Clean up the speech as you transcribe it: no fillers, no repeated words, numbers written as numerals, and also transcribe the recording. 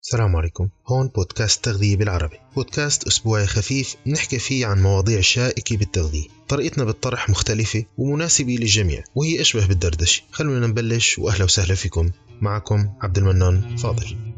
السلام عليكم. هون بودكاست تغذية بالعربي، بودكاست أسبوعي خفيف نحكي فيه عن مواضيع شائكة بالتغذية. طريقتنا بالطرح مختلفة ومناسبة للجميع، وهي أشبه بالدردشة. خلونا نبلش، وأهلا وسهلا فيكم. معكم عبد المنان فاضل.